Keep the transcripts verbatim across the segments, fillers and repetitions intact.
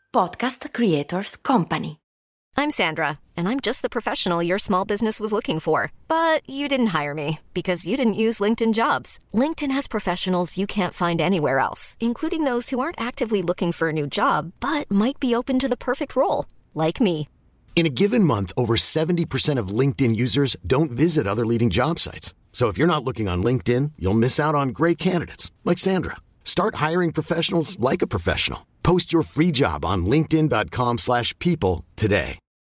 Podcast Creators Company. I'm Sandra, and I'm just the professional your small business was looking for. But you didn't hire me because you didn't use LinkedIn Jobs. LinkedIn has professionals you can't find anywhere else, including those who aren't actively looking for a new job, but might be open to the perfect role, like me. In a given month, over seventy percent of LinkedIn users don't visit other leading job sites. So if you're not looking on LinkedIn, you'll miss out on great candidates like Sandra. Start hiring professionals like a professional. Post your free job on linkedin.com slash people today.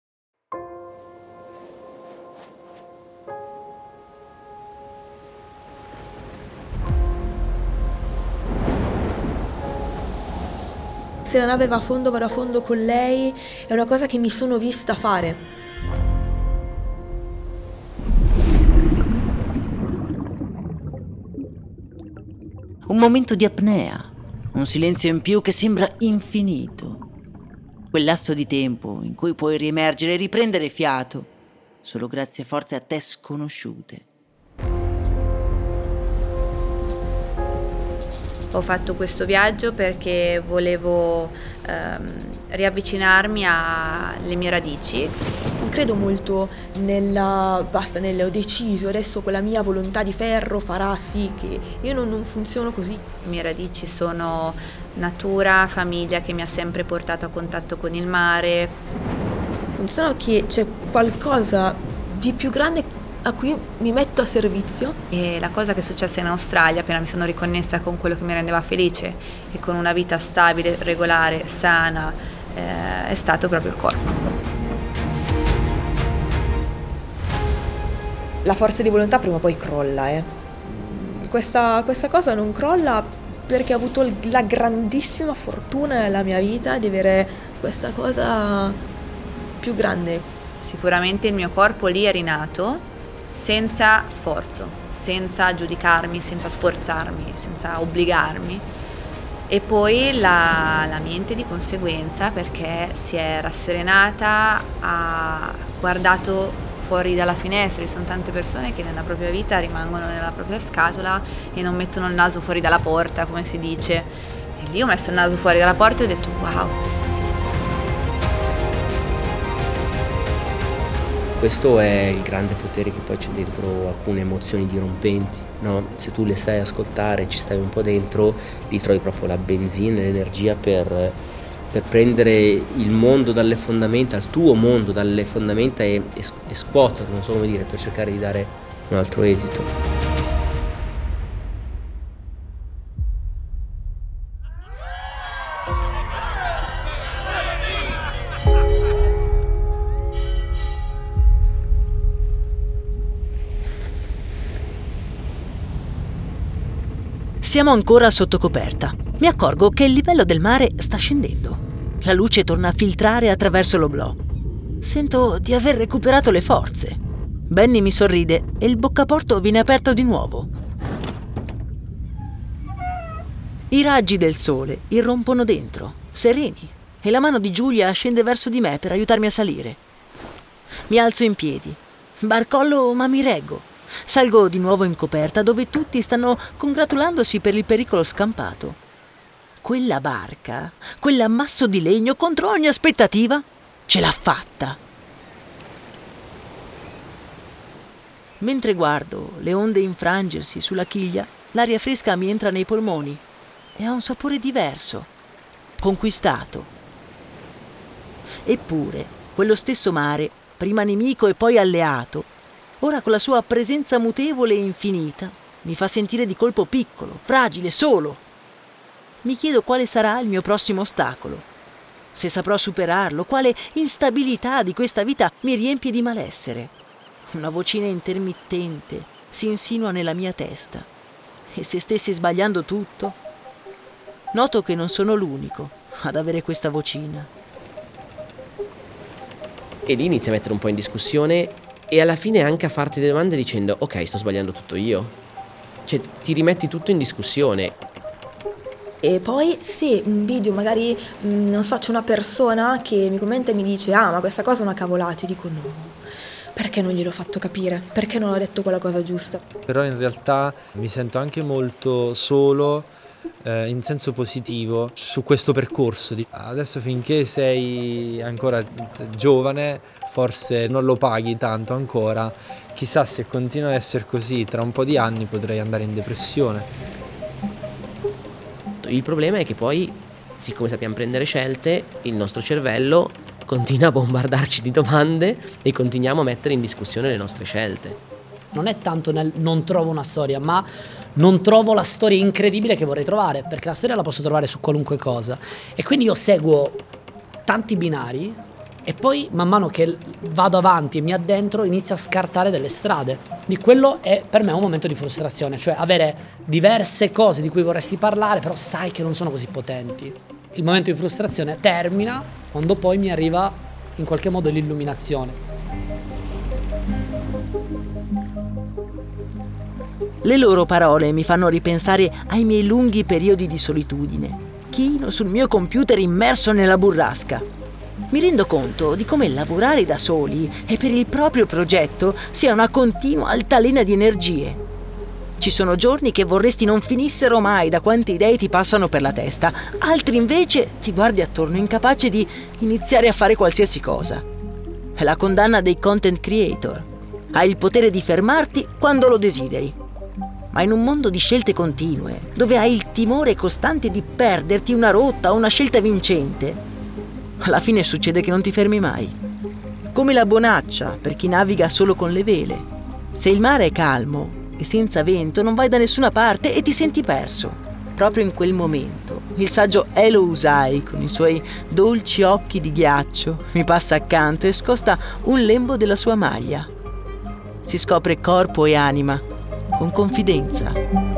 Se la nave va a fondo, vado a fondo con lei, è una cosa che mi sono vista fare. Un momento di apnea, un silenzio in più che sembra infinito. Quel lasso di tempo in cui puoi riemergere e riprendere fiato, solo grazie a forze a te sconosciute. Ho fatto questo viaggio perché volevo ehm, riavvicinarmi alle mie radici. Non credo molto nella basta, nel ho deciso, adesso quella mia volontà di ferro farà sì che io non, non funziono così. Le mie radici sono natura, famiglia che mi ha sempre portato a contatto con il mare. Funziona che c'è qualcosa di più grande a cui mi metto a servizio. E la cosa che è successa in Australia, appena mi sono riconnessa con quello che mi rendeva felice e con una vita stabile, regolare, sana, eh, è stato proprio il corpo. La forza di volontà prima o poi crolla, eh. Questa, questa cosa non crolla perché ho avuto la grandissima fortuna nella mia vita di avere questa cosa più grande. Sicuramente il mio corpo lì è rinato senza sforzo, senza giudicarmi, senza sforzarmi, senza obbligarmi. E poi la, la mente di conseguenza, perché si è rasserenata, ha guardato fuori dalla finestra. Ci sono tante persone che nella propria vita rimangono nella propria scatola e non mettono il naso fuori dalla porta, come si dice. E lì ho messo il naso fuori dalla porta e ho detto wow. Questo è il grande potere che poi c'è dentro alcune emozioni dirompenti, no? Se tu le stai a ascoltare, ci stai un po' dentro, lì trovi proprio la benzina, l'energia per, per prendere il mondo dalle fondamenta, il tuo mondo dalle fondamenta e, e, e scuoterlo, non so come dire, per cercare di dare un altro esito. Siamo ancora sotto coperta. Mi accorgo che il livello del mare sta scendendo. La luce torna a filtrare attraverso l'oblò. Sento di aver recuperato le forze. Benny mi sorride e il boccaporto viene aperto di nuovo. I raggi del sole irrompono dentro, sereni, e la mano di Giulia scende verso di me per aiutarmi a salire. Mi alzo in piedi. Barcollo, ma mi reggo. Salgo di nuovo in coperta dove tutti stanno congratulandosi per il pericolo scampato. Quella barca, quell'ammasso di legno contro ogni aspettativa, ce l'ha fatta. Mentre guardo le onde infrangersi sulla chiglia, l'aria fresca mi entra nei polmoni e ha un sapore diverso, conquistato. Eppure, quello stesso mare, prima nemico e poi alleato, ora con la sua presenza mutevole e infinita, mi fa sentire di colpo piccolo, fragile, solo. Mi chiedo quale sarà il mio prossimo ostacolo, se saprò superarlo, quale instabilità di questa vita mi riempie di malessere. Una vocina intermittente si insinua nella mia testa. E se stessi sbagliando tutto? Noto che non sono l'unico ad avere questa vocina. E lì inizi a mettere un po' in discussione e alla fine anche a farti delle domande dicendo ok, sto sbagliando tutto io. Cioè ti rimetti tutto in discussione. E poi se un video magari, non so, c'è una persona che mi commenta e mi dice ah ma questa cosa è una cavolata, io dico no, perché non gliel'ho fatto capire, perché non ho detto quella cosa giusta. Però in realtà mi sento anche molto solo eh, in senso positivo su questo percorso. Adesso finché sei ancora giovane forse non lo paghi tanto ancora, chissà se continua ad essere così tra un po' di anni potrei andare in depressione. Il problema è che poi, siccome sappiamo prendere scelte, il nostro cervello continua a bombardarci di domande e continuiamo a mettere in discussione le nostre scelte. Non è tanto nel non trovo una storia, ma non trovo la storia incredibile che vorrei trovare, perché la storia la posso trovare su qualunque cosa. E quindi io seguo tanti binari e poi man mano che vado avanti e mi addentro inizio a scartare delle strade. Di quello è per me un momento di frustrazione, cioè avere diverse cose di cui vorresti parlare, però sai che non sono così potenti. Il momento di frustrazione termina quando poi mi arriva in qualche modo l'illuminazione. Le loro parole mi fanno ripensare ai miei lunghi periodi di solitudine, chino sul mio computer immerso nella burrasca. Mi rendo conto di come lavorare da soli e per il proprio progetto sia una continua altalena di energie. Ci sono giorni che vorresti non finissero mai da quante idee ti passano per la testa, altri invece ti guardi attorno incapace di iniziare a fare qualsiasi cosa. È la condanna dei content creator. Hai il potere di fermarti quando lo desideri. Ma in un mondo di scelte continue, dove hai il timore costante di perderti una rotta o una scelta vincente, alla fine succede che non ti fermi mai. Come la bonaccia per chi naviga solo con le vele. Se il mare è calmo e senza vento non vai da nessuna parte e ti senti perso. Proprio in quel momento il saggio Elo Usai, con i suoi dolci occhi di ghiaccio, mi passa accanto e scosta un lembo della sua maglia. Si scopre corpo e anima con confidenza.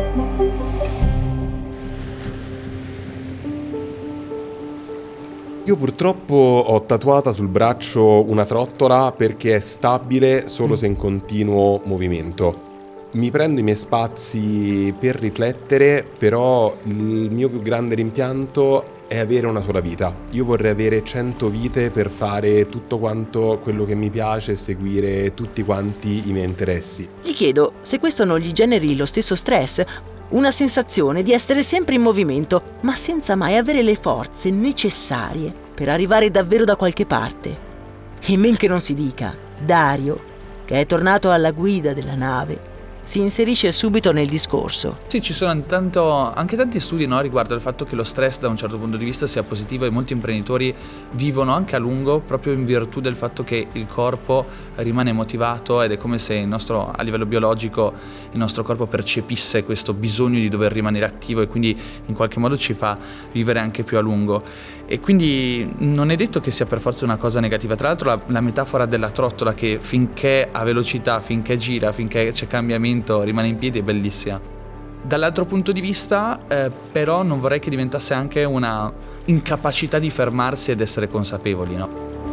Io purtroppo ho tatuata sul braccio una trottola perché è stabile solo se in continuo movimento. Mi prendo i miei spazi per riflettere, però il mio più grande rimpianto è avere una sola vita. Io vorrei avere cento vite per fare tutto quanto quello che mi piace e seguire tutti quanti i miei interessi. Gli chiedo se questo non gli generi lo stesso stress, una sensazione di essere sempre in movimento, ma senza mai avere le forze necessarie per arrivare davvero da qualche parte. E men che non si dica, Dario, che è tornato alla guida della nave, si inserisce subito nel discorso. Sì, ci sono tanto, anche tanti studi, no, riguardo al fatto che lo stress da un certo punto di vista sia positivo e molti imprenditori vivono anche a lungo proprio in virtù del fatto che il corpo rimane motivato ed è come se il nostro, a livello biologico il nostro corpo percepisse questo bisogno di dover rimanere attivo e quindi in qualche modo ci fa vivere anche più a lungo. E quindi non è detto che sia per forza una cosa negativa. Tra l'altro la, la metafora della trottola che finché ha velocità, finché gira, finché c'è cambiamento rimane in piedi è bellissima. Dall'altro punto di vista eh, però non vorrei che diventasse anche una incapacità di fermarsi ed essere consapevoli, no?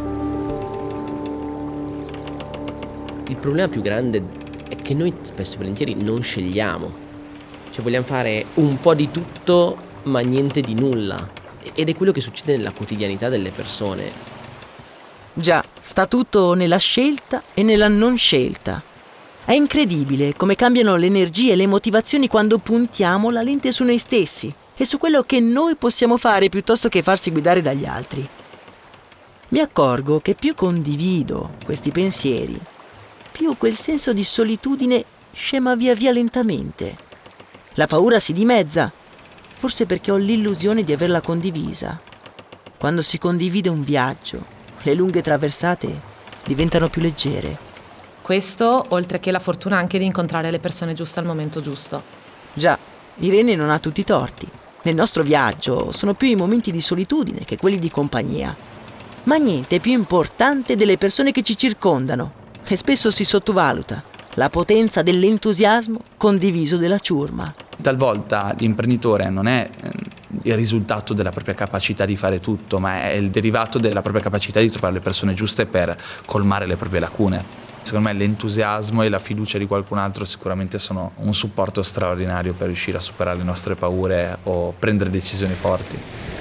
Il problema più grande è che noi spesso e volentieri non scegliamo. Cioè vogliamo fare un po' di tutto ma niente di nulla. Ed è quello che succede nella quotidianità delle persone. Già, sta tutto nella scelta e nella non scelta. È incredibile come cambiano le energie e le motivazioni quando puntiamo la lente su noi stessi e su quello che noi possiamo fare piuttosto che farsi guidare dagli altri. Mi accorgo che più condivido questi pensieri, più quel senso di solitudine scema via via lentamente. La paura si dimezza, forse perché ho l'illusione di averla condivisa. Quando si condivide un viaggio, le lunghe traversate diventano più leggere. Questo, oltre che la fortuna anche di incontrare le persone giuste al momento giusto. Già, Irene non ha tutti i torti. Nel nostro viaggio sono più i momenti di solitudine che quelli di compagnia. Ma niente è più importante delle persone che ci circondano e spesso si sottovaluta la potenza dell'entusiasmo condiviso della ciurma. Talvolta l'imprenditore non è il risultato della propria capacità di fare tutto, ma è il derivato della propria capacità di trovare le persone giuste per colmare le proprie lacune. Secondo me l'entusiasmo e la fiducia di qualcun altro sicuramente sono un supporto straordinario per riuscire a superare le nostre paure o prendere decisioni forti.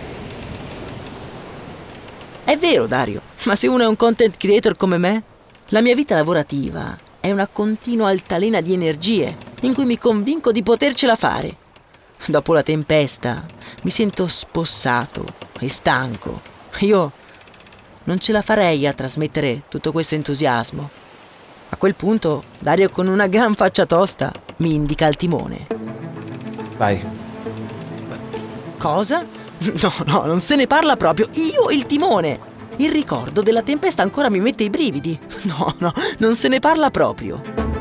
È vero, Dario, ma se uno è un content creator come me, la mia vita lavorativa è una continua altalena di energie in cui mi convinco di potercela fare. Dopo la tempesta mi sento spossato e stanco. Io non ce la farei a trasmettere tutto questo entusiasmo. A quel punto Dario, con una gran faccia tosta, mi indica il timone. Vai. Cosa? No, no, non se ne parla proprio. Io il timone! Il ricordo della tempesta ancora mi mette i brividi. No, no, non se ne parla proprio.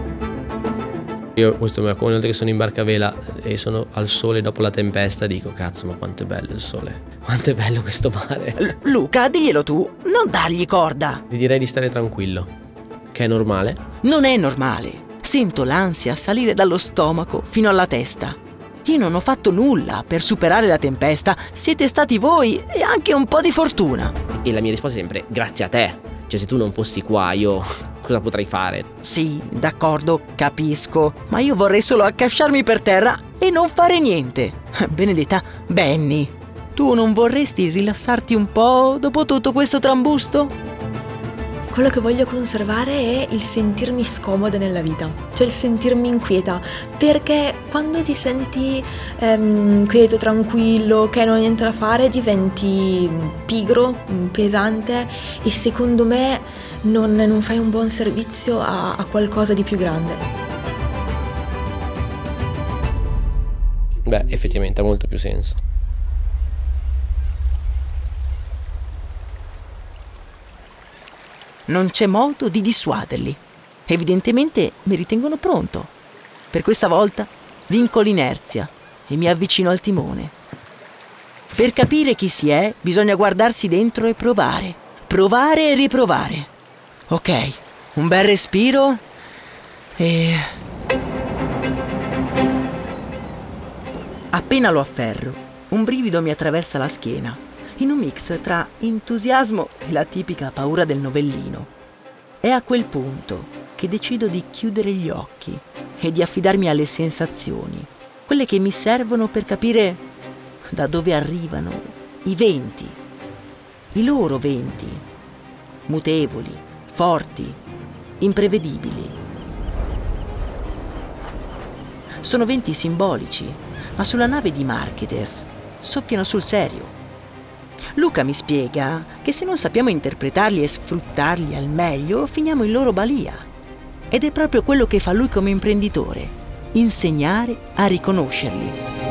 Io questo mi accomuna, che sono in barca a vela e sono al sole dopo la tempesta, dico cazzo, ma quanto è bello il sole, quanto è bello questo mare. L- Luca, diglielo tu, non dargli corda. Ti direi di stare tranquillo, che è normale. Non è normale. Sento l'ansia salire dallo stomaco fino alla testa. Io non ho fatto nulla per superare la tempesta, siete stati voi e anche un po' di fortuna. E la mia risposta è sempre grazie a te. Cioè, se tu non fossi qua, io cosa potrei fare? Sì, d'accordo, capisco, ma io vorrei solo accasciarmi per terra e non fare niente. Benedetta, Benny, tu non vorresti rilassarti un po' dopo tutto questo trambusto? Quello che voglio conservare è il sentirmi scomoda nella vita, cioè il sentirmi inquieta, perché quando ti senti ehm, quieto, tranquillo, che non hai niente da fare, diventi pigro, pesante e secondo me non, non fai un buon servizio a, a qualcosa di più grande. Beh, effettivamente ha molto più senso. Non c'è modo di dissuaderli. Evidentemente mi ritengono pronto. Per questa volta vinco l'inerzia e mi avvicino al timone. Per capire chi si è, bisogna guardarsi dentro e provare. Provare e riprovare. Ok, un bel respiro e... Appena lo afferro, un brivido mi attraversa la schiena, in un mix tra entusiasmo e la tipica paura del novellino. È a quel punto che decido di chiudere gli occhi e di affidarmi alle sensazioni, quelle che mi servono per capire da dove arrivano i venti, i loro venti, mutevoli, forti, imprevedibili. Sono venti simbolici, ma sulla nave di Marketers soffiano sul serio. Luca mi spiega che se non sappiamo interpretarli e sfruttarli al meglio, finiamo in loro balia. Ed è proprio quello che fa lui come imprenditore, insegnare a riconoscerli.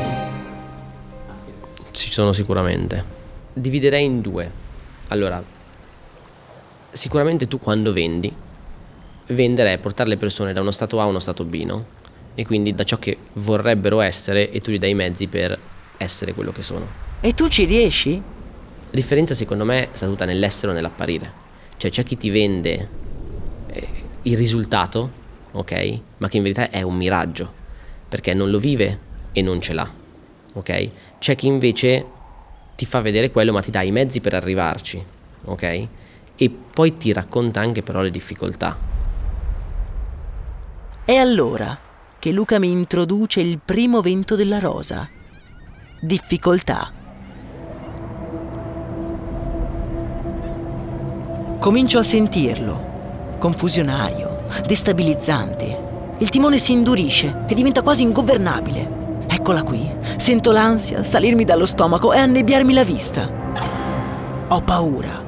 Ci sono sicuramente. Dividerei in due. Allora, sicuramente tu quando vendi, vendere è portare le persone da uno stato A a uno stato B, no? E quindi da ciò che vorrebbero essere e tu gli dai i mezzi per essere quello che sono. E tu ci riesci? La differenza secondo me sta tutta nell'essere o nell'apparire. Cioè c'è chi ti vende eh, il risultato, ok? Ma che in verità è un miraggio, perché non lo vive e non ce l'ha, ok? C'è chi invece ti fa vedere quello ma ti dà i mezzi per arrivarci, ok? E poi ti racconta anche però le difficoltà. È allora che Luca mi introduce il primo vento della rosa. Difficoltà. Comincio a sentirlo, confusionario, destabilizzante. Il timone si indurisce e diventa quasi ingovernabile. Eccola qui, sento l'ansia salirmi dallo stomaco e annebbiarmi la vista. Ho paura.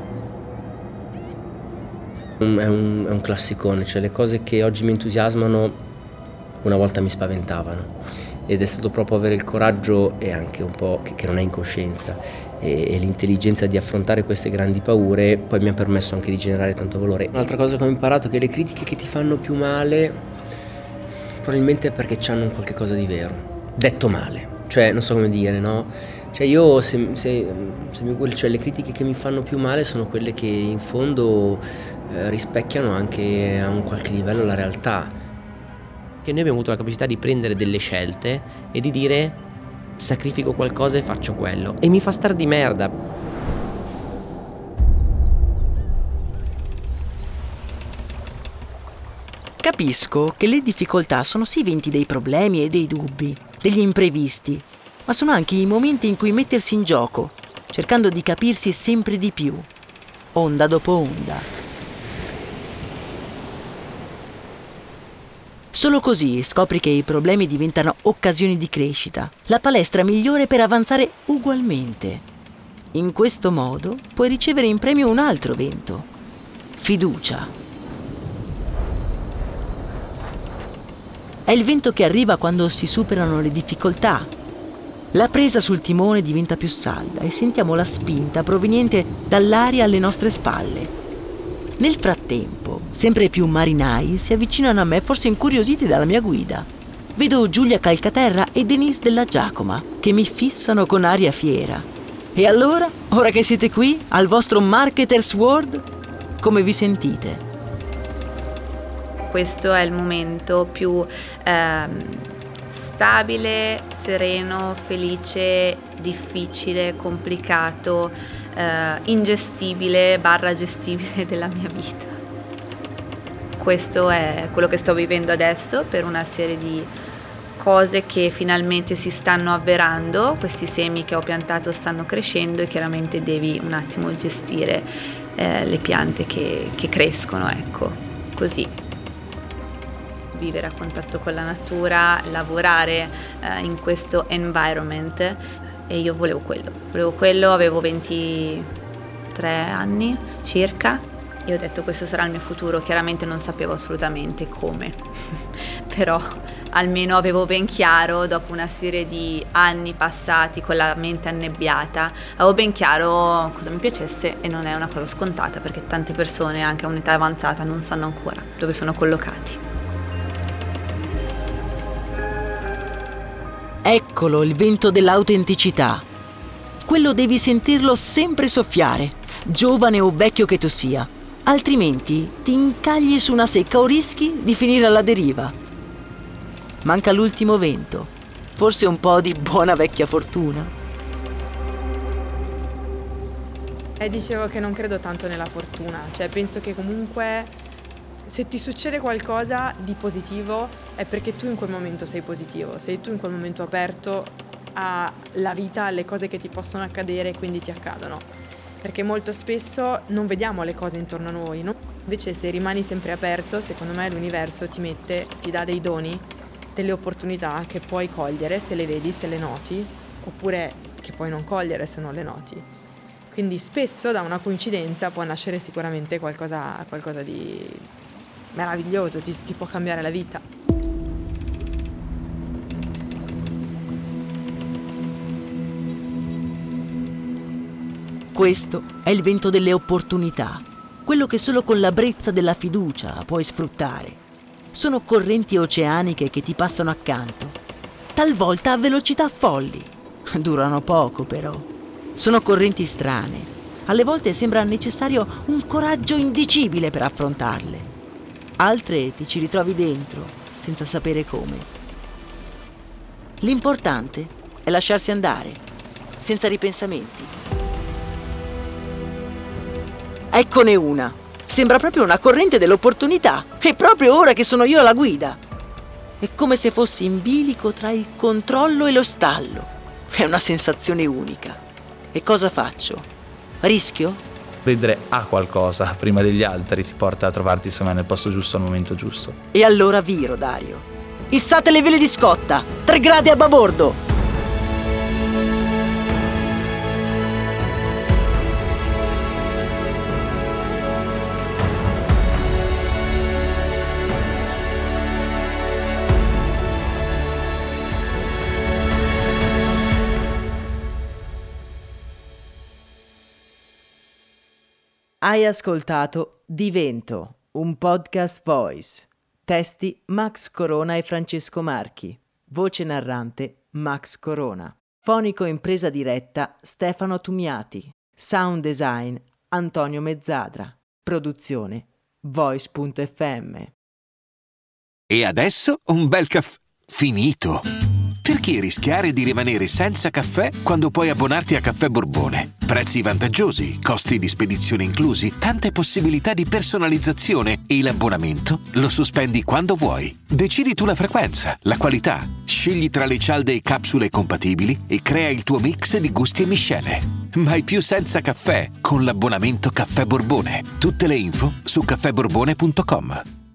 È un, è un classicone, cioè le cose che oggi mi entusiasmano una volta mi spaventavano. Ed è stato proprio avere il coraggio e anche un po' che, che non è incoscienza e, e l'intelligenza di affrontare queste grandi paure poi mi ha permesso anche di generare tanto valore. Un'altra cosa che ho imparato è che le critiche che ti fanno più male probabilmente è perché c'hanno un qualche cosa di vero, detto male, cioè non so come dire, no? Cioè io se, se, se mi, cioè le critiche che mi fanno più male sono quelle che in fondo eh, rispecchiano anche a un qualche livello la realtà. Che noi abbiamo avuto la capacità di prendere delle scelte e di dire sacrifico qualcosa e faccio quello e mi fa star di merda. Capisco che le difficoltà sono sì venti dei problemi e dei dubbi, degli imprevisti, ma sono anche i momenti in cui mettersi in gioco, cercando di capirsi sempre di più, onda dopo onda. Solo così scopri che i problemi diventano occasioni di crescita, la palestra migliore per avanzare ugualmente. In questo modo puoi ricevere in premio un altro vento: fiducia. È il vento che arriva quando si superano le difficoltà. La presa sul timone diventa più salda e sentiamo la spinta proveniente dall'aria alle nostre spalle. Nel frattempo, sempre più marinai si avvicinano a me, forse incuriositi dalla mia guida. Vedo Giulia Calcaterra e Denise della Giacoma che mi fissano con aria fiera. E allora, ora che siete qui, al vostro Marketers World, come vi sentite? Questo è il momento più ehm, stabile, sereno, felice, difficile, complicato, eh, ingestibile barra gestibile della mia vita. Questo è quello che sto vivendo adesso per una serie di cose che finalmente si stanno avverando. Questi semi che ho piantato stanno crescendo e chiaramente devi un attimo gestire eh, le piante che, che crescono, ecco, così. Vivere a contatto con la natura, lavorare eh, in questo environment, e io volevo quello, volevo quello, avevo ventitré anni circa e ho detto questo sarà il mio futuro. Chiaramente non sapevo assolutamente come, però almeno avevo ben chiaro, dopo una serie di anni passati con la mente annebbiata, avevo ben chiaro cosa mi piacesse, e non è una cosa scontata perché tante persone anche a un'età avanzata non sanno ancora dove sono collocati. Eccolo il vento dell'autenticità. Quello devi sentirlo sempre soffiare, giovane o vecchio che tu sia, altrimenti ti incagli su una secca o rischi di finire alla deriva. Manca l'ultimo vento, forse un po' di buona vecchia fortuna. Eh, dicevo che non credo tanto nella fortuna, cioè penso che comunque se ti succede qualcosa di positivo è perché tu in quel momento sei positivo, sei tu in quel momento aperto alla vita, alle cose che ti possono accadere e quindi ti accadono. Perché molto spesso non vediamo le cose intorno a noi, no? Invece se rimani sempre aperto, secondo me l'universo ti mette, ti dà dei doni, delle opportunità che puoi cogliere se le vedi, se le noti, oppure che puoi non cogliere se non le noti. Quindi spesso da una coincidenza può nascere sicuramente qualcosa, qualcosa di meraviglioso, ti, ti può cambiare la vita. Questo è il vento delle opportunità, quello che solo con la brezza della fiducia puoi sfruttare. Sono correnti oceaniche che ti passano accanto, talvolta a velocità folli. Durano poco però. Sono correnti strane. Alle volte sembra necessario un coraggio indicibile per affrontarle. Altre ti ci ritrovi dentro, senza sapere come. L'importante è lasciarsi andare, senza ripensamenti. Eccone una. Sembra proprio una corrente dell'opportunità. E proprio ora che sono io alla guida. È come se fossi in bilico tra il controllo e lo stallo. È una sensazione unica. E cosa faccio? Rischio? Credere a qualcosa prima degli altri ti porta a trovarti insomma nel posto giusto al momento giusto. E allora viro, Dario. Issate le vele di scotta. Tre gradi a babordo. Hai ascoltato Divento, un podcast voice. Testi Max Corona e Francesco Marchi. Voce narrante Max Corona. Fonico in presa diretta Stefano Tumiati. Sound design Antonio Mezzadra. Produzione voice punto effe emme. E adesso un bel caffè finito. Perché rischiare di rimanere senza caffè quando puoi abbonarti a Caffè Borbone? Prezzi vantaggiosi, costi di spedizione inclusi, tante possibilità di personalizzazione e l'abbonamento lo sospendi quando vuoi. Decidi tu la frequenza, la qualità, scegli tra le cialde e capsule compatibili e crea il tuo mix di gusti e miscele. Mai più senza caffè con l'abbonamento Caffè Borbone. Tutte le info su caffè borbone punto com.